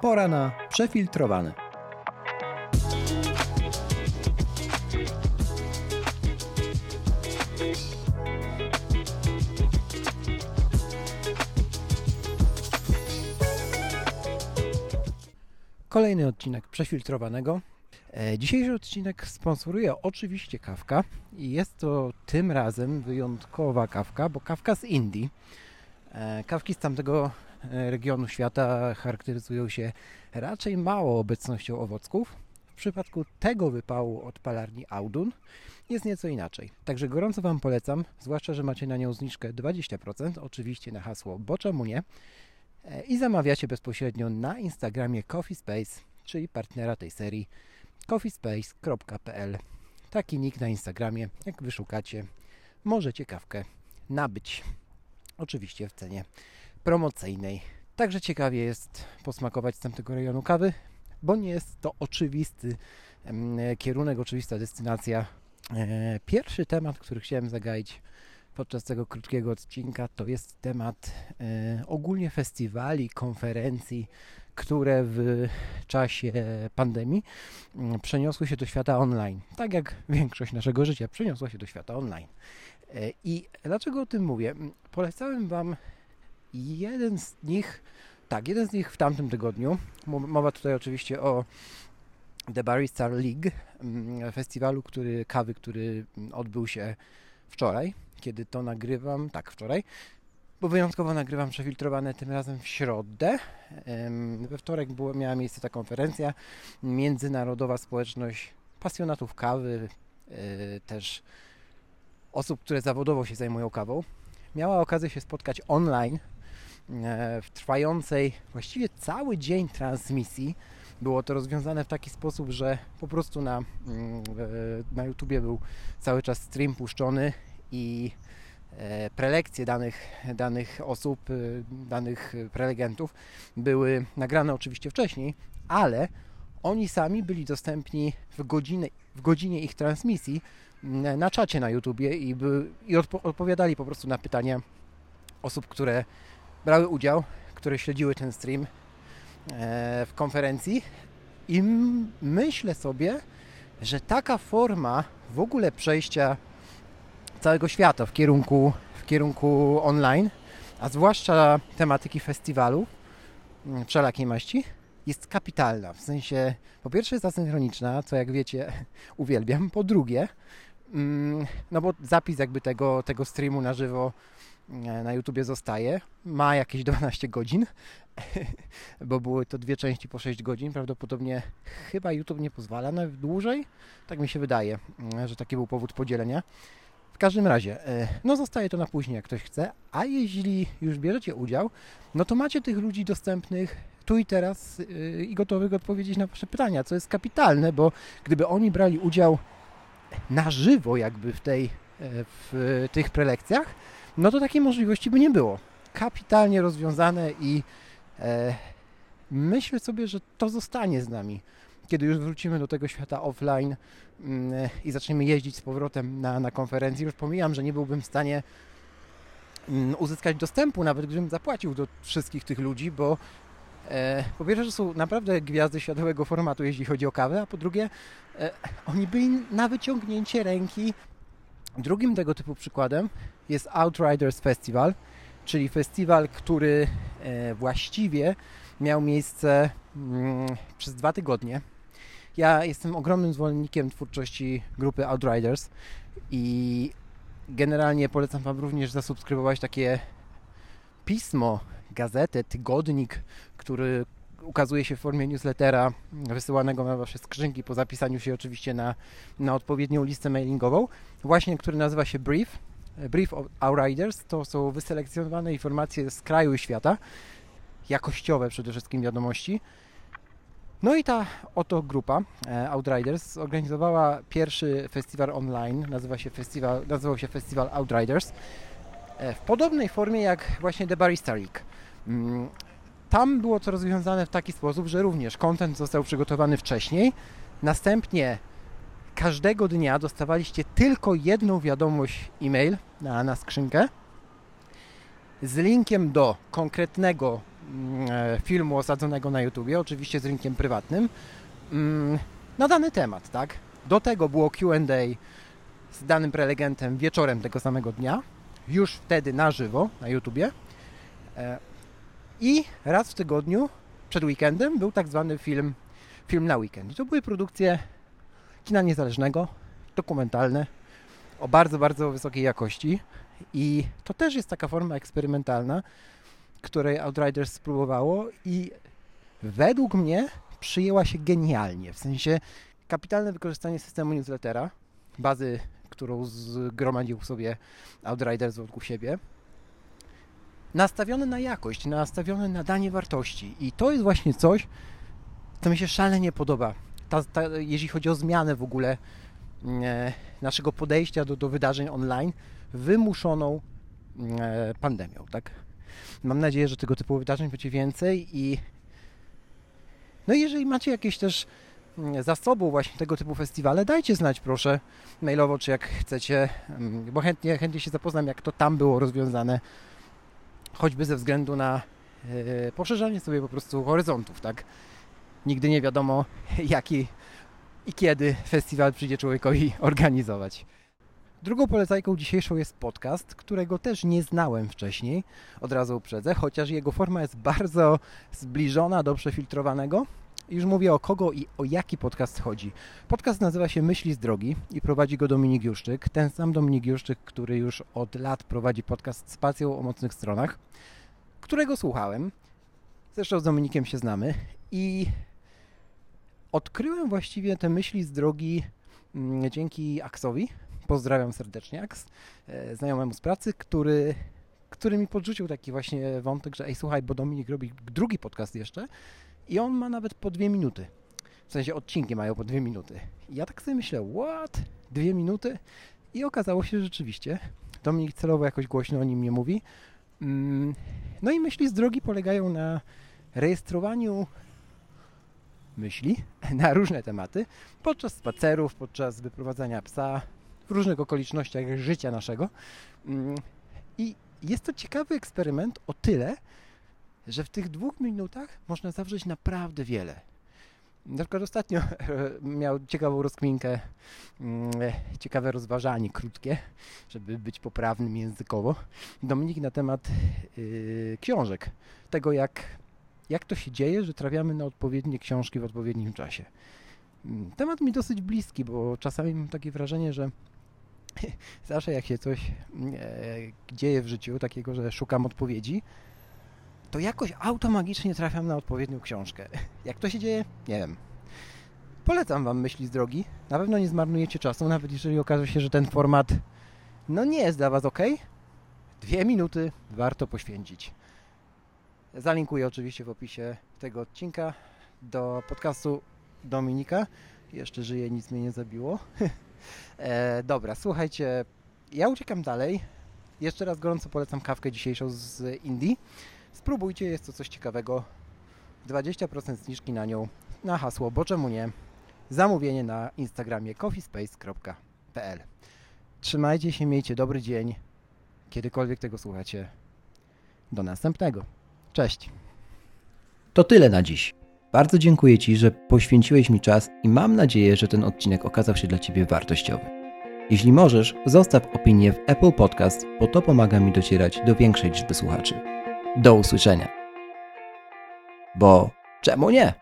Pora na przefiltrowany. Kolejny odcinek przefiltrowanego. Dzisiejszy odcinek sponsoruje oczywiście kawka i jest to tym razem wyjątkowa kawka, bo kawka z Indii. Kawki z tamtego regionu świata charakteryzują się raczej małą obecnością owoców. W przypadku tego wypału od palarni Audun jest nieco inaczej. Także gorąco Wam polecam, zwłaszcza, że macie na nią zniżkę 20%, oczywiście na hasło bo czemu nie, i zamawiacie bezpośrednio na Instagramie Coffee Space, czyli partnera tej serii, coffeespace.pl. Taki nick na Instagramie, jak wyszukacie, możecie kawkę nabyć. Oczywiście w cenie promocyjnej. Także ciekawie jest posmakować z tamtego rejonu kawy, bo nie jest to oczywisty kierunek, oczywista destynacja. Pierwszy temat, który chciałem zagaić podczas tego krótkiego odcinka, to jest temat ogólnie festiwali, konferencji, które w czasie pandemii przeniosły się do świata online. Tak jak większość naszego życia przeniosła się do świata online. I dlaczego o tym mówię? Polecałem Wam jeden z nich w tamtym tygodniu. Mowa tutaj oczywiście o The Barista League, festiwalu kawy, który odbył się wczoraj, kiedy to nagrywam, wczoraj, bo wyjątkowo nagrywam przefiltrowane tym razem w środę. We wtorek miała miejsce ta konferencja, międzynarodowa społeczność pasjonatów kawy, też osób, które zawodowo się zajmują kawą, miała okazję się spotkać online w trwającej właściwie cały dzień transmisji. Było to rozwiązane w taki sposób, że po prostu na YouTubie był cały czas stream puszczony i prelekcje danych osób, danych prelegentów były nagrane oczywiście wcześniej, ale oni sami byli dostępni w godzinie ich transmisji na czacie na YouTubie i odpowiadali po prostu na pytania osób, które brały udział, które śledziły ten stream w konferencji. I myślę sobie, że taka forma w ogóle przejścia całego świata w kierunku online, a zwłaszcza tematyki festiwalu wszelakiej maści, jest kapitalna. W sensie, po pierwsze jest asynchroniczna, co jak wiecie uwielbiam, po drugie, no bo zapis jakby tego streamu na żywo na YouTubie zostaje, ma jakieś 12 godzin, bo były to dwie części po 6 godzin, prawdopodobnie chyba YouTube nie pozwala na dłużej, tak mi się wydaje, że taki był powód podzielenia. W każdym razie, no zostaje to na później, jak ktoś chce, a jeśli już bierzecie udział, no to macie tych ludzi dostępnych tu i teraz i gotowych odpowiedzieć na Wasze pytania, co jest kapitalne, bo gdyby oni brali udział na żywo jakby w tych prelekcjach, no to takiej możliwości by nie było. Kapitalnie rozwiązane i myślę sobie, że to zostanie z nami. Kiedy już wrócimy do tego świata offline i zaczniemy jeździć z powrotem na konferencję, już pomijam, że nie byłbym w stanie uzyskać dostępu, nawet gdybym zapłacił do wszystkich tych ludzi, bo po pierwsze, że są naprawdę gwiazdy światowego formatu, jeśli chodzi o kawę, a po drugie, oni byli na wyciągnięcie ręki. Drugim tego typu przykładem jest Outriders Festival, czyli festiwal, który właściwie miał miejsce przez 2 tygodnie. Ja jestem ogromnym zwolennikiem twórczości grupy Outriders i generalnie polecam Wam również zasubskrybować takie pismo, gazetę, tygodnik, który ukazuje się w formie newslettera wysyłanego na Wasze skrzynki po zapisaniu się oczywiście na odpowiednią listę mailingową, właśnie który nazywa się Brief of Outriders. To są wyselekcjonowane informacje z kraju i świata, jakościowe przede wszystkim wiadomości. No i ta oto grupa Outriders zorganizowała pierwszy festiwal online, nazywał się Festiwal Outriders, w podobnej formie jak właśnie The Barista League. Tam było to rozwiązane w taki sposób, że również content został przygotowany wcześniej, następnie każdego dnia dostawaliście tylko jedną wiadomość e-mail na skrzynkę z linkiem do konkretnego filmu osadzonego na YouTubie, oczywiście z linkiem prywatnym, na dany temat, tak? Do tego było Q&A z danym prelegentem wieczorem tego samego dnia, już wtedy na żywo na YouTubie. I raz w tygodniu, przed weekendem, był tak zwany film na weekend. I to były produkcje kina niezależnego, dokumentalne, o bardzo, bardzo wysokiej jakości. I to też jest taka forma eksperymentalna, której Outriders spróbowało i według mnie przyjęła się genialnie. W sensie kapitalne wykorzystanie systemu newslettera, bazy, którą zgromadził sobie Outriders wokół siebie, nastawione na jakość, nastawione na danie wartości. I to jest właśnie coś, co mi się szalenie podoba. Jeśli chodzi o zmianę w ogóle naszego podejścia do wydarzeń online wymuszoną pandemią, tak? Mam nadzieję, że tego typu wydarzeń będzie więcej i no i jeżeli macie jakieś też za sobą właśnie tego typu festiwale, dajcie znać proszę mailowo, czy jak chcecie, bo chętnie się zapoznam, jak to tam było rozwiązane, choćby ze względu na poszerzanie sobie po prostu horyzontów, tak? Nigdy nie wiadomo, jaki i kiedy festiwal przyjdzie człowiekowi organizować. Drugą polecajką dzisiejszą jest podcast, którego też nie znałem wcześniej, od razu uprzedzę, chociaż jego forma jest bardzo zbliżona do przefiltrowanego. Już mówię, o kogo i o jaki podcast chodzi. Podcast nazywa się Myśli z drogi i prowadzi go Dominik Juszczyk. Ten sam Dominik Juszczyk, który już od lat prowadzi podcast Spacją o mocnych stronach, którego słuchałem. Zresztą z Dominikiem się znamy i odkryłem właściwie te myśli z drogi dzięki Aksowi. Pozdrawiam serdecznie Aks, znajomemu z pracy, który mi podrzucił taki właśnie wątek, że słuchaj, bo Dominik robi drugi podcast jeszcze i on ma nawet po 2 minuty. W sensie odcinki mają po 2 minuty. I ja tak sobie myślę, what? 2 minuty? I okazało się, że rzeczywiście Dominik celowo jakoś głośno o nim nie mówi. No i myśli z drogi polegają na rejestrowaniu myśli na różne tematy podczas spacerów, podczas wyprowadzania psa, w różnych okolicznościach życia naszego. I jest to ciekawy eksperyment o tyle, że w tych 2 minutach można zawrzeć naprawdę wiele. Na przykład ostatnio miał ciekawą rozkminkę, ciekawe rozważanie krótkie, żeby być poprawnym językowo. Dominik na temat książek. Tego, jak to się dzieje, że trafiamy na odpowiednie książki w odpowiednim czasie. Temat mi dosyć bliski, bo czasami mam takie wrażenie, że zawsze jak się coś dzieje w życiu, takiego, że szukam odpowiedzi, to jakoś automagicznie trafiam na odpowiednią książkę. Jak to się dzieje? Nie wiem. Polecam Wam Myśli z drogi. Na pewno nie zmarnujecie czasu, nawet jeżeli okaże się, że ten format nie jest dla Was ok. 2 minuty warto poświęcić. Zalinkuję oczywiście w opisie tego odcinka do podcastu Dominika. Jeszcze żyje, nic mnie nie zabiło. Dobra, słuchajcie, ja uciekam dalej. Jeszcze raz gorąco polecam kawkę dzisiejszą z Indii. Spróbujcie, jest to coś ciekawego. 20% zniżki na nią, na hasło, bo czemu nie? Zamówienie na Instagramie coffeespace.pl. Trzymajcie się, miejcie dobry dzień, kiedykolwiek tego słuchacie. Do następnego. Cześć. To tyle na dziś. Bardzo dziękuję Ci, że poświęciłeś mi czas i mam nadzieję, że ten odcinek okazał się dla Ciebie wartościowy. Jeśli możesz, zostaw opinię w Apple Podcast, bo to pomaga mi docierać do większej liczby słuchaczy. Do usłyszenia. Bo czemu nie?